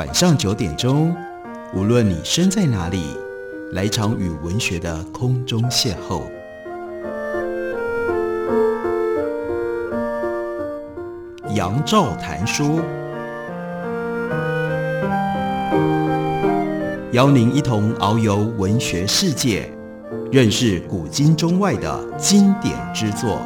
晚上9点钟，无论你身在哪里，来一场与文学的空中邂逅。杨照谈书，邀您一同遨游文学世界，认识古今中外的经典之作。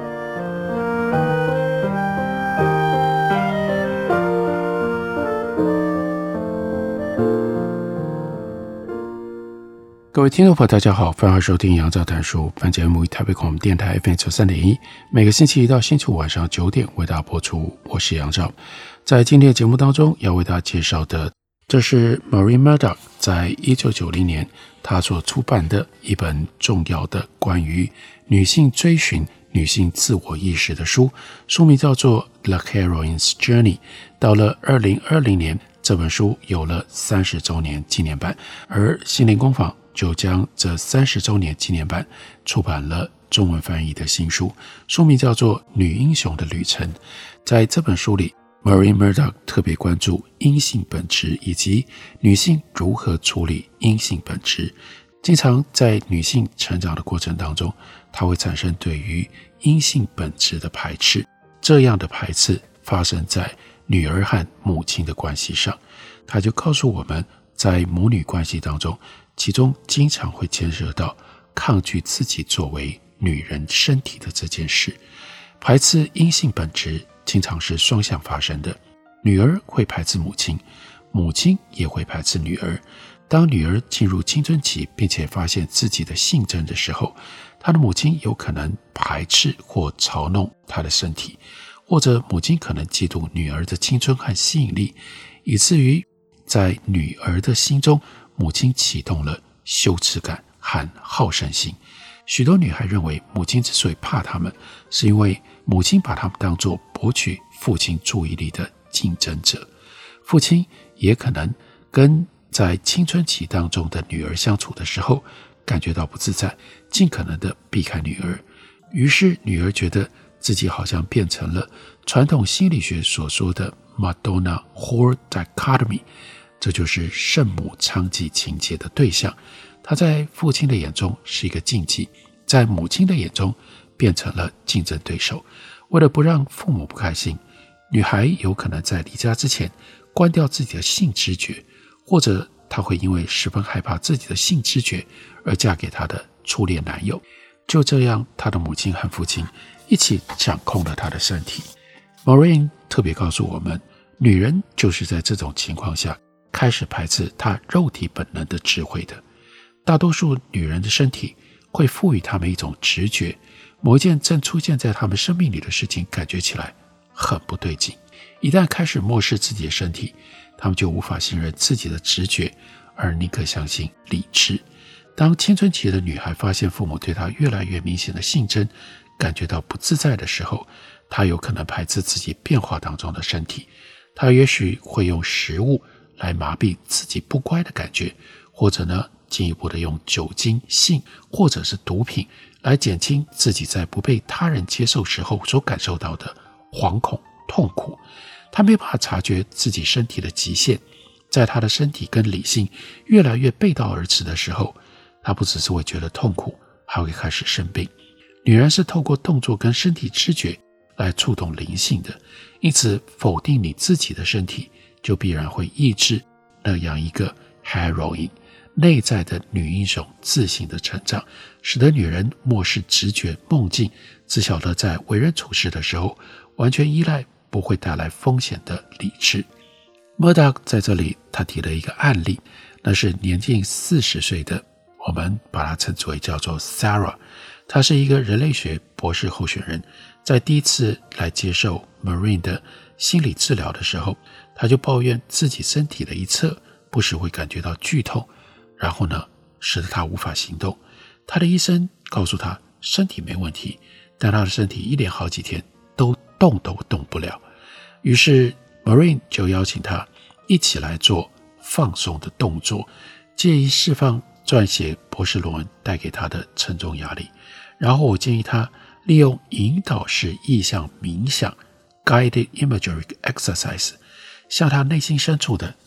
各位听众朋友大家好，欢迎收听杨照谈书。本节目以台北广播电台 FM93.1，每个星期一到星期五晚上9点为大家播出。我是杨照。在今天的节目当中要为大家介绍的，这是 Maureen Murdock 在1990年她所出版的一本重要的关于女性追寻女性自我意识的书，书名叫做 The Heroine's Journey。 到了2020年，这本书有了30周年纪念版，而心灵工坊就将这30周年纪念版出版了中文翻译的新书，书名叫做《女英雄的旅程》。在这本书里， Maureen Murdock 特别关注阴性本质以及女性如何处理阴性本质。经常在女性成长的过程当中，她会产生对于阴性本质的排斥，这样的排斥发生在女儿和母亲的关系上。她就告诉我们，在母女关系当中，其中经常会牵涉到抗拒自己作为女人身体的这件事。排斥阴性本质经常是双向发生的，女儿会排斥母亲，母亲也会排斥女儿。当女儿进入青春期并且发现自己的性征的时候，她的母亲有可能排斥或嘲弄她的身体，或者母亲可能嫉妒女儿的青春和吸引力，以至于在女儿的心中，母亲启动了羞耻感和好胜心。许多女孩认为母亲之所以怕她们，是因为母亲把她们当作博取父亲注意力的竞争者。父亲也可能跟在青春期当中的女儿相处的时候感觉到不自在，尽可能的避开女儿。于是女儿觉得自己好像变成了传统心理学所说的 Madonna-whore dichotomy， 这就是圣母娼妓情节的对象。她在父亲的眼中是一个禁忌，在母亲的眼中变成了竞争对手。为了不让父母不开心，女孩有可能在离家之前关掉自己的性知觉，或者她会因为十分害怕自己的性知觉而嫁给她的初恋男友。就这样，她的母亲和父亲一起掌控了她的身体。 Maureen 特别告诉我们，女人就是在这种情况下开始排斥她肉体本能的智慧的。大多数女人的身体会赋予她们一种直觉，某一件正出现在她们生命里的事情感觉起来很不对劲。一旦开始漠视自己的身体，她们就无法信任自己的直觉，而宁可相信理智。当青春期的女孩发现父母对她越来越明显的性征感觉到不自在的时候，她有可能排斥自己变化当中的身体。她也许会用食物来麻痹自己不乖的感觉，或者呢，进一步的用酒精、性或者是毒品来减轻自己在不被他人接受时候所感受到的惶恐、痛苦。她没办法察觉自己身体的极限，在她的身体跟理性越来越背道而驰的时候，她不只是会觉得痛苦，还会开始生病。女人是透过动作跟身体知觉来触动灵性的，因此否定你自己的身体，就必然会抑制那样一个 heroine 内在的女英雄自信的成长，使得女人漠视直觉梦境，只晓得在为人处事的时候完全依赖不会带来风险的理智。 Murdock 在这里他提了一个案例，那是年近40岁的，我们把它称之为叫做 Sarah。 她是一个人类学博士候选人，在第一次来接受 Maureen 的心理治疗的时候，她就抱怨自己身体的一侧不时会感觉到剧痛，然后呢，使得她无法行动。她的医生告诉她身体没问题，但她的身体一连好几天都动不了。于是 Maureen 就邀请她一起来做放松的动作，借以释放撰写博士论文带给她的沉重压力。然后我建议她利用引导式意象冥想 Guided Imagery Exercise， 向她内心深处的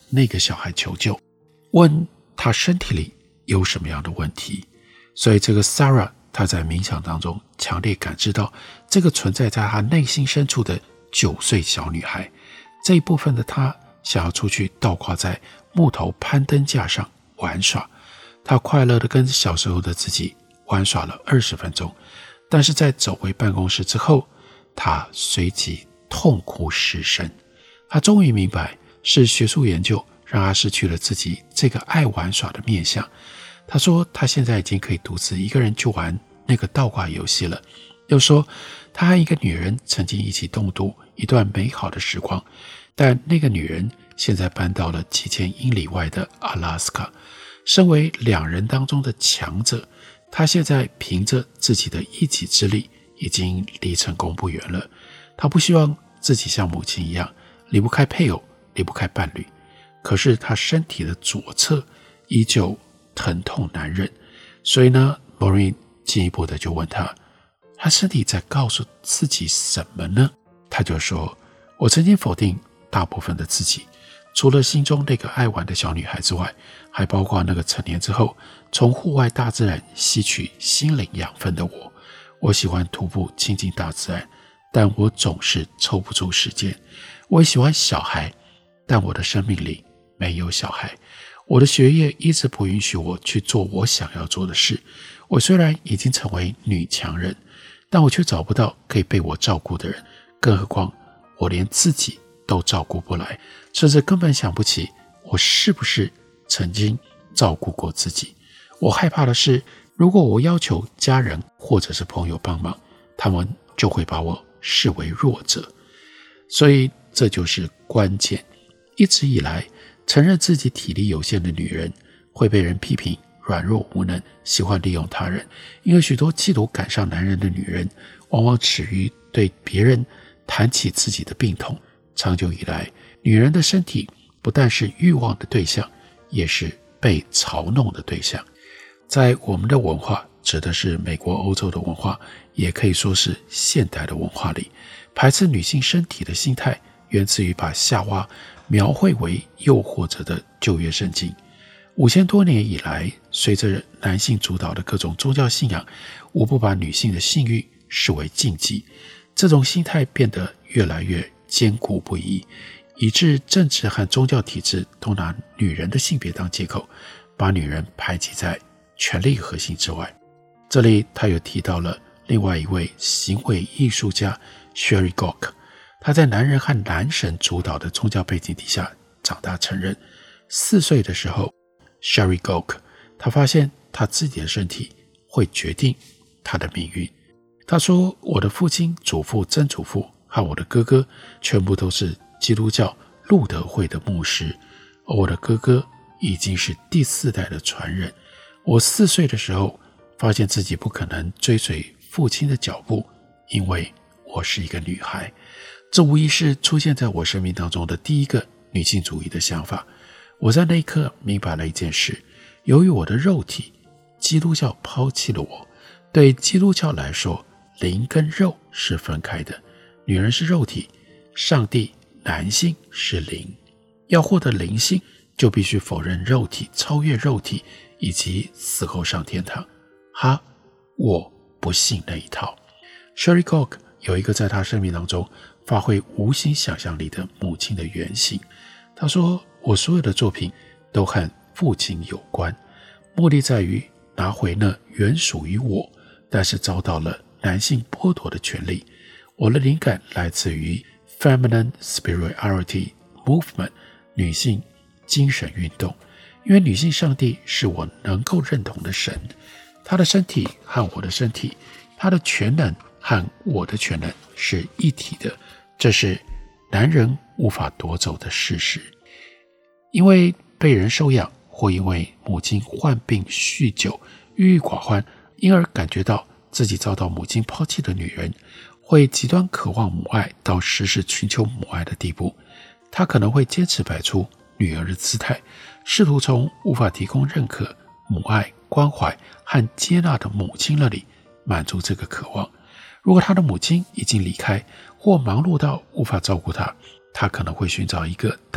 那个小孩求救，问他身体里有什么样的问题。所以这个 Sarah 她在冥想当中强烈感知到这个存在在她内心深处的9岁小女孩，这一部分的她想要出去倒挂在木头攀登架上玩耍。她快乐地跟小时候的自己玩耍了20分钟，但是在走回办公室之后，她随即痛哭失声。她终于明白，是学术研究让她失去了自己这个爱玩耍的面向。她说她现在已经可以独自一个人去玩那个倒挂游戏了，又说她和一个女人曾经一起共度一段美好的时光，但那个女人现在搬到了几千英里外的阿拉斯加。身为2人当中的强者，她现在凭着自己的一己之力已经离成功不远了。她不希望自己像母亲一样离不开配偶，离不开伴侣，可是她身体的左侧依旧疼痛难忍。所以呢 Maureen 进一步的就问她身体在告诉自己什么呢？她就说，我曾经否定大部分的自己，除了心中那个爱玩的小女孩之外，还包括那个成年之后从户外大自然吸取心灵养分的我。我喜欢徒步亲近大自然，但我总是抽不出时间。我也喜欢小孩，但我的生命里没有小孩。我的学业一直不允许我去做我想要做的事。我虽然已经成为女强人，但我却找不到可以被我照顾的人，更何况我连自己都照顾不来，甚至根本想不起我是不是曾经照顾过自己。我害怕的是，如果我要求家人或者是朋友帮忙，他们就会把我视为弱者。所以这就是关键。一直以来，承认自己体力有限的女人会被人批评软弱无能，喜欢利用他人。因为许多企图赶上男人的女人，往往耻于对别人谈起自己的病痛。长久以来，女人的身体不但是欲望的对象，也是被嘲弄的对象。在我们的文化，指的是美国、欧洲的文化，也可以说是现代的文化里，排斥女性身体的心态，源自于把夏娃描绘为诱惑者的旧约圣经。5000多年以来，随着男性主导的各种宗教信仰，无不把女性的性欲视为禁忌。这种心态变得越来越坚固不移，以致政治和宗教体制都拿女人的性别当借口，把女人排挤在权力核心之外。这里他又提到了另外一位行为艺术家 Sherry Gok， 他在男人和男神主导的宗教背景底下长大成人。4岁的时候， Sherry Gok 他发现他自己的身体会决定他的命运。他说，我的父亲、祖父、曾祖父和我的哥哥全部都是基督教路德会的牧师，而我的哥哥已经是第4代的传人。我4岁的时候发现自己不可能追随父亲的脚步，因为我是一个女孩。这无疑是出现在我生命当中的第一个女性主义的想法。我在那一刻明白了一件事，由于我的肉体，基督教抛弃了我。对基督教来说，灵跟肉是分开的，女人是肉体，上帝男性是灵。要获得灵性，就必须否认肉体，超越肉体，以及死后上天堂。我不信那一套。 Sherry Gok 有一个在他生命当中发挥无形想象力的母亲的原型。他说，我所有的作品都和父亲有关，目的在于拿回那原属于我但是遭到了男性剥夺的权利。我的灵感来自于 Feminine Spirituality Movement 女性精神运动，因为女性上帝是我能够认同的神，她的身体和我的身体，她的全能和我的全能是一体的，这是男人无法夺走的事实。因为被人收养，或因为母亲患病酗酒郁郁寡欢，因而感觉到自己遭到母亲抛弃的女人，会极端渴望母爱到时时寻求母爱的地步。她可能会坚持摆出女儿的姿态，试图从无法提供认可、母爱、关怀和接纳的母亲那里满足这个渴望。如果她的母亲已经离开，或忙碌到无法照顾她，她可能会寻找一个带有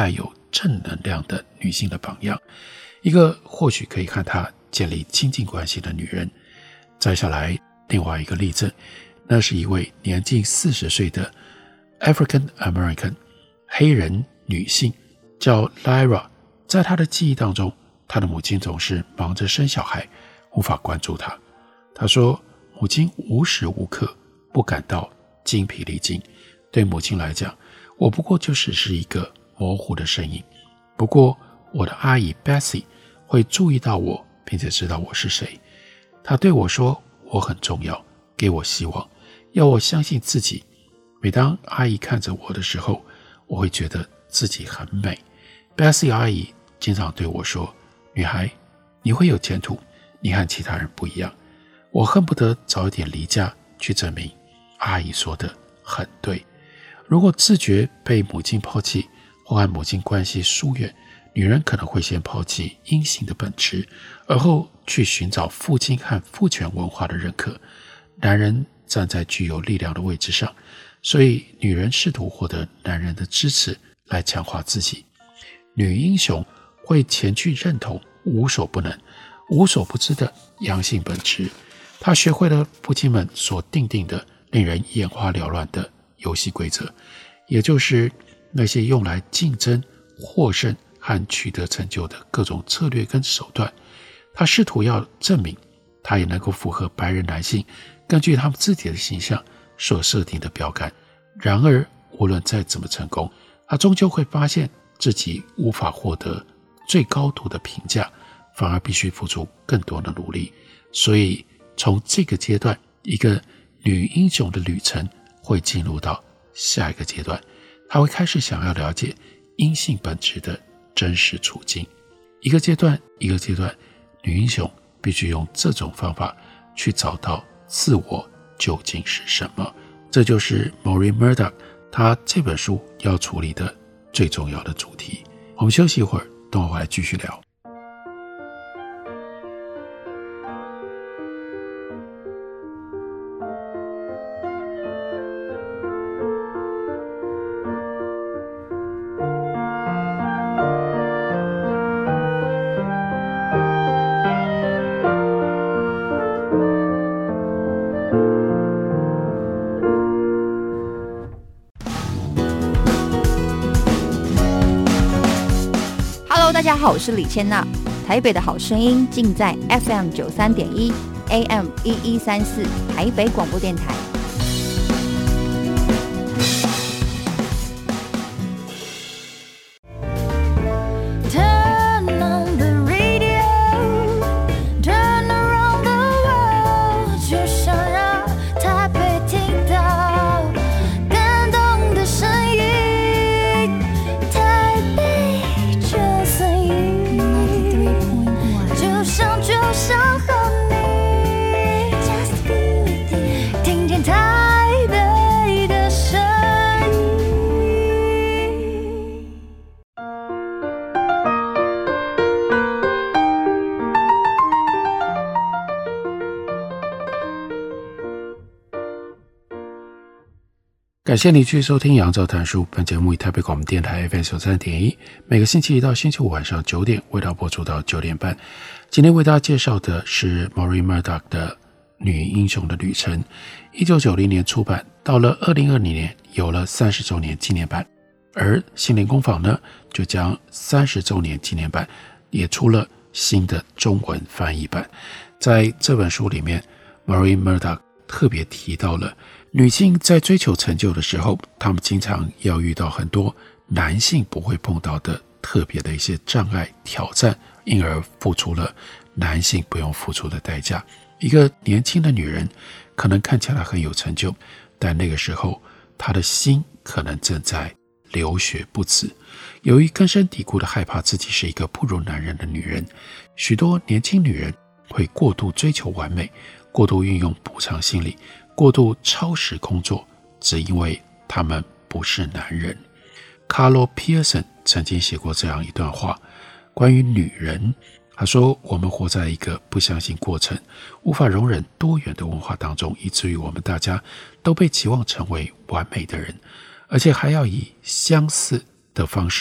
正能量的女性的榜样，一个或许可以和她建立亲近关系的女人。再下来另外一个例证，那是一位年近40岁的 African American 黑人女性，叫 Lyra。 在她的记忆当中，她的母亲总是忙着生小孩，无法关注她。她说母亲无时无刻不感到精疲力尽，对母亲来讲，我不过就只是一个模糊的身影。不过我的阿姨 Bessie 会注意到我，并且知道我是谁。她对我说我很重要，给我希望，要我相信自己。每当阿姨看着我的时候，我会觉得自己很美。 Bessie 阿姨经常对我说，女孩，你会有前途，你和其他人不一样。我恨不得早一点离家去证明阿姨说的很对。如果自觉被母亲抛弃，或和母亲关系疏远，女人可能会先抛弃阴性的本质，而后去寻找父亲和父权文化的认可。男人站在具有力量的位置上，所以女人试图获得男人的支持来强化自己。女英雄会前去认同无所不能、无所不知的阳性本质。她学会了父亲们所定定的令人眼花缭乱的游戏规则，也就是那些用来竞争、获胜和取得成就的各种策略跟手段。她试图要证明她也能够符合白人男性根据他们自己的形象所设定的标杆。然而无论再怎么成功，她终究会发现自己无法获得最高度的评价，反而必须付出更多的努力。所以从这个阶段，一个女英雄的旅程会进入到下一个阶段，她会开始想要了解阴性本质的真实处境。一个阶段一个阶段，女英雄必须用这种方法去找到自我究竟是什么。这就是 Maureen Murdock 她这本书要处理的最重要的主题。我们休息一会儿，等会儿来继续聊。 大家好，我是李千娜。台北的好声音尽在 FM 93.1 AM 1134台北广播电台。 感谢你继续收听杨照谈书，本节目以台北广播电台 FM 93.1，每个星期一到星期五晚上9点为大家播出到9点半。今天为大家介绍的是 Maureen Murdock 的女英雄的旅程，1990年出版，到了2020年有了30周年纪念版，而心灵工坊呢就将30周年纪念版也出了新的中文翻译版。在这本书里面， Maureen Murdock 特别提到了女性在追求成就的时候，她们经常要遇到很多男性不会碰到的特别的一些障碍挑战，因而付出了男性不用付出的代价。一个年轻的女人可能看起来很有成就，但那个时候她的心可能正在流血不止。由于根深蒂固的害怕自己是一个不如男人的女人，许多年轻女人会过度追求完美，过度运用补偿心理，过度超时工作，只因为他们不是男人。Carlo Pearson 曾经写过这样一段话，关于女人，他说，我们活在一个不相信过程，无法容忍多元的文化当中，以至于我们大家都被期望成为完美的人，而且还要以相似的方式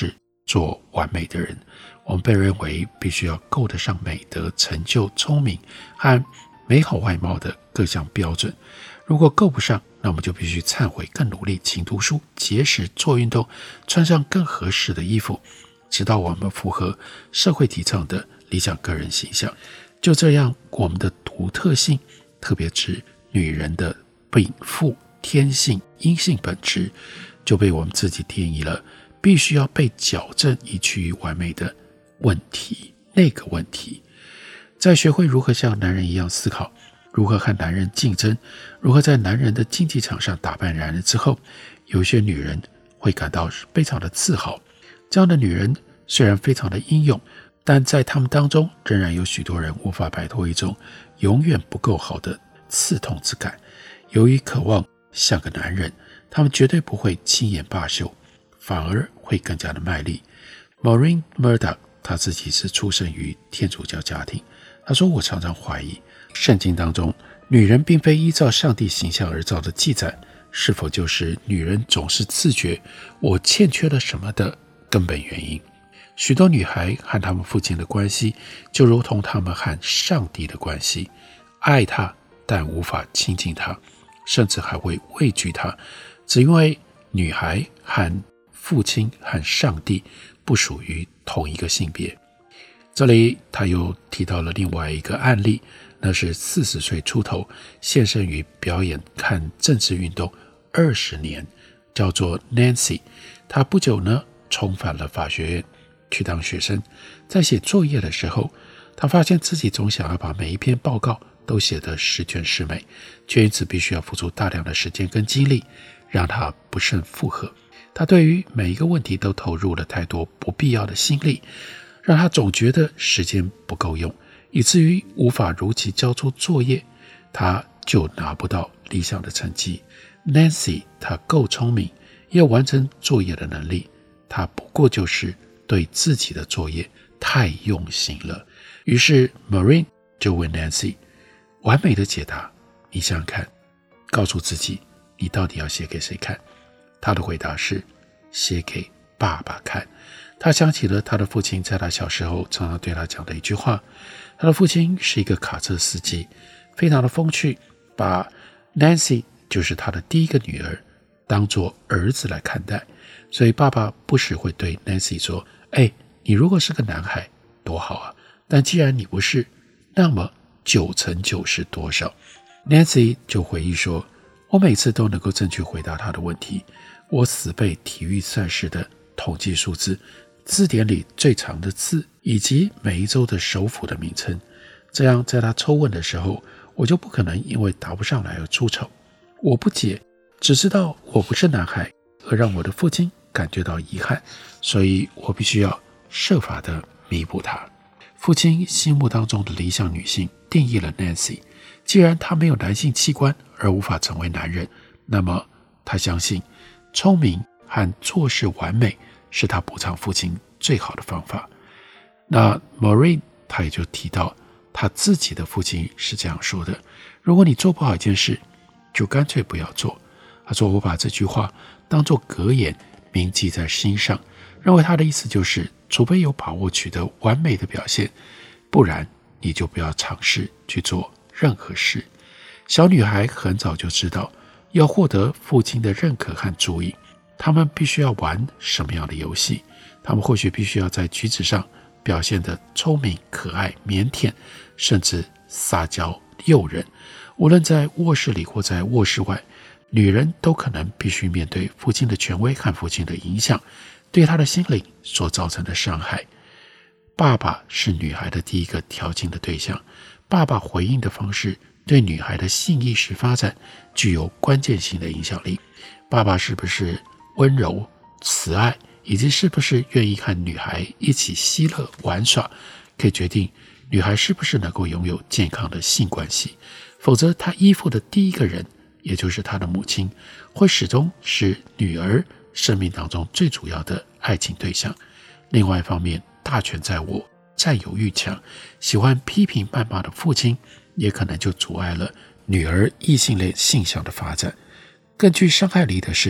做完美的人。我们被认为必须要够得上美德、成就、聪明和美好外貌的各项标准。如果够不上，那我们就必须忏悔，更努力，勤读书，节食，做运动，穿上更合适的衣服，直到我们符合社会提倡的理想个人形象。就这样，我们的独特性，特别指女人的禀赋、天性、阴性本质，就被我们自己定义了必须要被矫正以趋于完美的问题。那个问题，在学会如何像男人一样思考，如何和男人竞争，如何在男人的竞技场上打败男人之后，有些女人会感到非常的自豪。这样的女人虽然非常的英勇，但在他们当中仍然有许多人无法摆脱一种永远不够好的刺痛之感。由于渴望像个男人，他们绝对不会轻言罢休，反而会更加的卖力。 Maureen Murdoch 她自己是出生于天主教家庭，她说，我常常怀疑圣经当中女人并非依照上帝形象而造的记载，是否就是女人总是自觉我欠缺了什么的根本原因。许多女孩和他们父亲的关系就如同他们和上帝的关系，爱他但无法亲近他，甚至还会畏惧他，只因为女孩和父亲和上帝不属于同一个性别。这里他又提到了另外一个案例，那是40岁出头献身于表演看政治运动20年，叫做 Nancy。 她不久呢重返了法学院去当学生。在写作业的时候，她发现自己总想要把每一篇报告都写得十全十美，却因此必须要付出大量的时间跟精力，让她不胜负荷。她对于每一个问题都投入了太多不必要的心力，让她总觉得时间不够用，以至于无法如期交出作业，她就拿不到理想的成绩。 Nancy 她够聪明，也有完成作业的能力，她不过就是对自己的作业太用心了。于是 Maureen 就问 Nancy， 完美的解答，你想想看，告诉自己你到底要写给谁看？她的回答是写给爸爸看。他想起了他的父亲在他小时候常常对他讲的一句话，他的父亲是一个卡车司机，非常的风趣，把 Nancy 就是他的第一个女儿当作儿子来看待。所以爸爸不时会对 Nancy 说，你如果是个男孩多好啊，但既然你不是，那么9乘9是多少？ Nancy 就回忆说，我每次都能够正确回答他的问题，我死背体育赛事的统计数字，字典里最长的字，以及每一周的首府的名称。这样在他抽问的时候，我就不可能因为答不上来而出丑。我不解，只知道我不是男孩，而让我的父亲感觉到遗憾，所以我必须要设法的弥补他。父亲心目当中的理想女性定义了 Nancy， 既然她没有男性器官而无法成为男人，那么他相信聪明和做事完美是他补偿父亲最好的方法。那 Maureen 他也就提到他自己的父亲是这样说的，如果你做不好一件事，就干脆不要做。他说，我把这句话当作格言铭记在心上，认为他的意思就是，除非有把握取得完美的表现，不然你就不要尝试去做任何事。小女孩很早就知道，要获得父亲的认可和注意，他们必须要玩什么样的游戏。他们或许必须要在举止上表现得聪明、可爱、腼腆，甚至撒娇诱人。无论在卧室里或在卧室外，女人都可能必须面对父亲的权威和父亲的影响对她的心灵所造成的伤害。爸爸是女孩的第一个调情的对象，爸爸回应的方式对女孩的性意识发展具有关键性的影响力。爸爸是不是温柔、慈爱，以及是不是愿意和女孩一起嬉乐玩耍，可以决定女孩是不是能够拥有健康的性关系。否则她依附的第一个人，也就是她的母亲，会始终是女儿生命当中最主要的爱情对象。另外一方面，大权在握，占有欲强，喜欢批评谩骂的父亲，也可能就阻碍了女儿异性恋性向的发展。更具伤害力的是，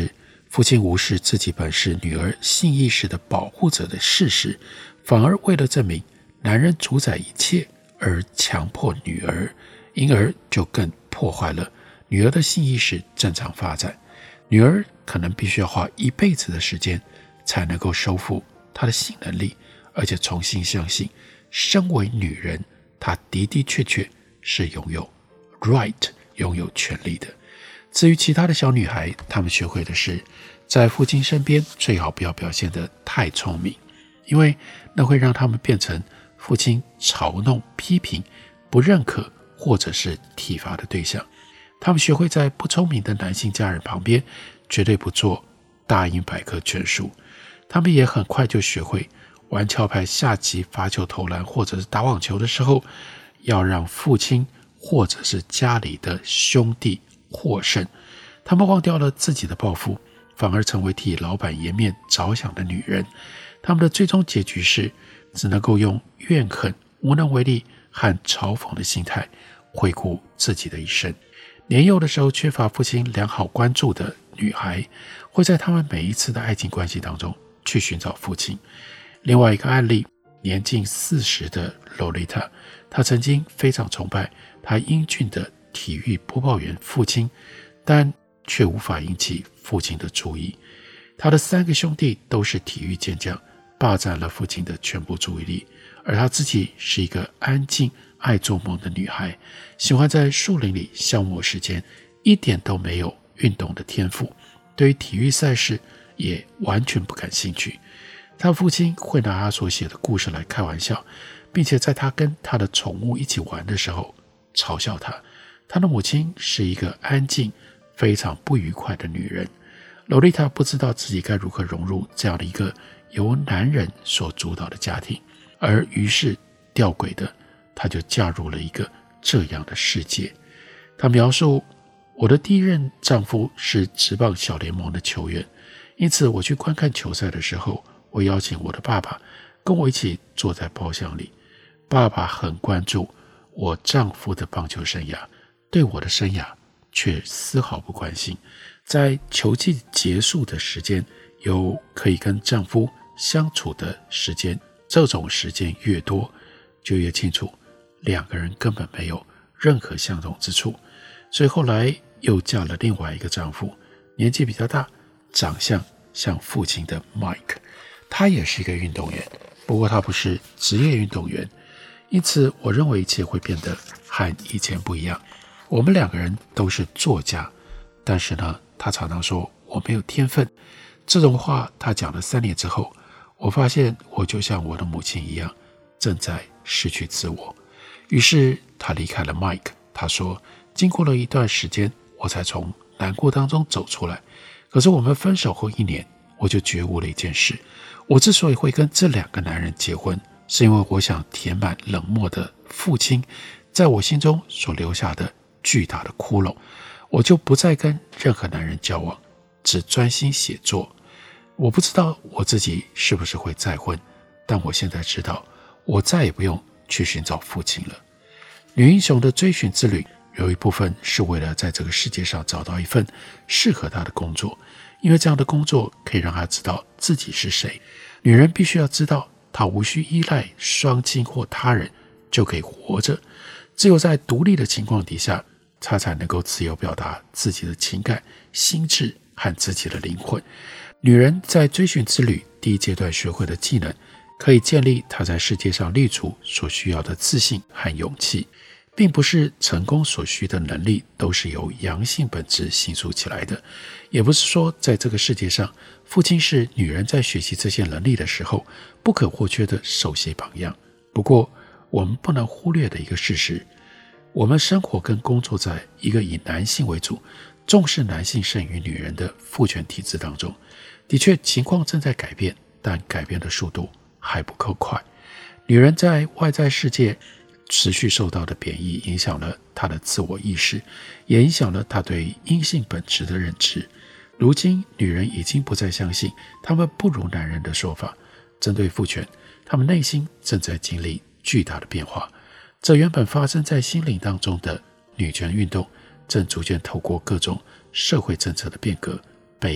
父亲无视自己本是女儿性意识的保护者的事实，反而为了证明男人主宰一切而强迫女儿，因而就更破坏了女儿的性意识正常发展。女儿可能必须要花一辈子的时间才能够收复她的性能力，而且重新相信身为女人，她的的确确是拥有 right 拥有权利的。至于其他的小女孩，她们学会的是在父亲身边最好不要表现得太聪明，因为那会让她们变成父亲嘲弄、批评、不认可或者是体罚的对象。她们学会在不聪明的男性家人旁边绝对不做大英百科全书。她们也很快就学会玩桥牌、下棋、罚球、投篮或者是打网球的时候，要让父亲或者是家里的兄弟获胜。他们忘掉了自己的抱负，反而成为替老板颜面着想的女人。他们的最终结局是只能够用怨恨、无能为力和嘲讽的心态回顾自己的一生。年幼的时候缺乏父亲良好关注的女孩，会在他们每一次的爱情关系当中去寻找父亲。另外一个案例，年近40的 Lolita， 她曾经非常崇拜她英俊的体育播报员父亲，但却无法引起父亲的注意。她的3个兄弟都是体育健将，霸占了父亲的全部注意力，而她自己是一个安静爱做梦的女孩，喜欢在树林里消磨时间，一点都没有运动的天赋，对于体育赛事也完全不感兴趣。他父亲会拿他所写的故事来开玩笑，并且在他跟他的宠物一起玩的时候嘲笑他。他的母亲是一个安静、非常不愉快的女人。洛丽塔不知道自己该如何融入这样的一个由男人所主导的家庭，而于是吊诡的，她就嫁入了一个这样的世界。她描述，我的第一任丈夫是职棒小联盟的球员，因此我去观看球赛的时候，我邀请我的爸爸跟我一起坐在包厢里。爸爸很关注我丈夫的棒球生涯，对我的生涯却丝毫不关心。在球季结束的时间，有可以跟丈夫相处的时间，这种时间越多，就越清楚两个人根本没有任何相同之处。所以后来又嫁了另外一个丈夫，年纪比较大，长相像父亲的 Mike。 他也是一个运动员，不过他不是职业运动员，因此我认为一切会变得和以前不一样。我们两个人都是作家，但是呢，他常常说我没有天分。这种话他讲了3年之后，我发现我就像我的母亲一样，正在失去自我。于是他离开了 Mike。 他说，经过了一段时间，我才从难过当中走出来。可是我们分手后1年，我就觉悟了一件事，我之所以会跟这2个男人结婚，是因为我想填满冷漠的父亲在我心中所留下的巨大的窟窿。我就不再跟任何男人交往，只专心写作。我不知道我自己是不是会再婚，但我现在知道，我再也不用去寻找父亲了。女英雄的追寻之旅，有一部分是为了在这个世界上找到一份适合她的工作，因为这样的工作可以让她知道自己是谁。女人必须要知道，她无需依赖双亲或他人就可以活着，只有在独立的情况底下，她才能够自由表达自己的情感、心智和自己的灵魂。女人在追寻之旅第一阶段学会的技能，可以建立她在世界上立足所需要的自信和勇气。并不是成功所需的能力都是由阳性本质形塑起来的，也不是说在这个世界上，父亲是女人在学习这些能力的时候不可或缺的首席榜样。不过我们不能忽略的一个事实，我们生活跟工作在一个以男性为主、重视男性胜于女人的父权体制当中。的确，情况正在改变，但改变的速度还不够快。女人在外在世界持续受到的贬义，影响了她的自我意识，也影响了她对阴性本质的认知。如今，女人已经不再相信她们不如男人的说法。针对父权，她们内心正在经历巨大的变化。这原本发生在心灵当中的女权运动，正逐渐透过各种社会政策的变革被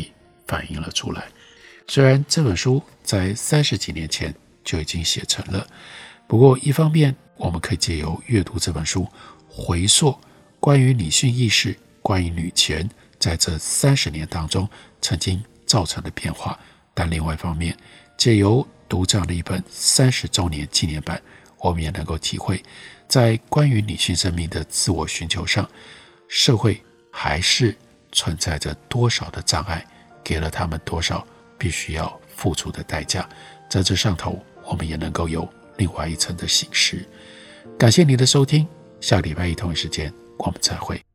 反映了出来。虽然这本书在30几年前就已经写成了，不过一方面我们可以借由阅读这本书回溯关于女性意识、关于女权在这30年当中曾经造成的变化，但另外一方面借由读这样的一本30周年纪念版，我们也能够体会在关于女性生命的自我寻求上，社会还是存在着多少的障碍，给了他们多少必须要付出的代价，在这上头我们也能够有另外一层的省思。感谢您的收听，下个礼拜一同一时间我们再会。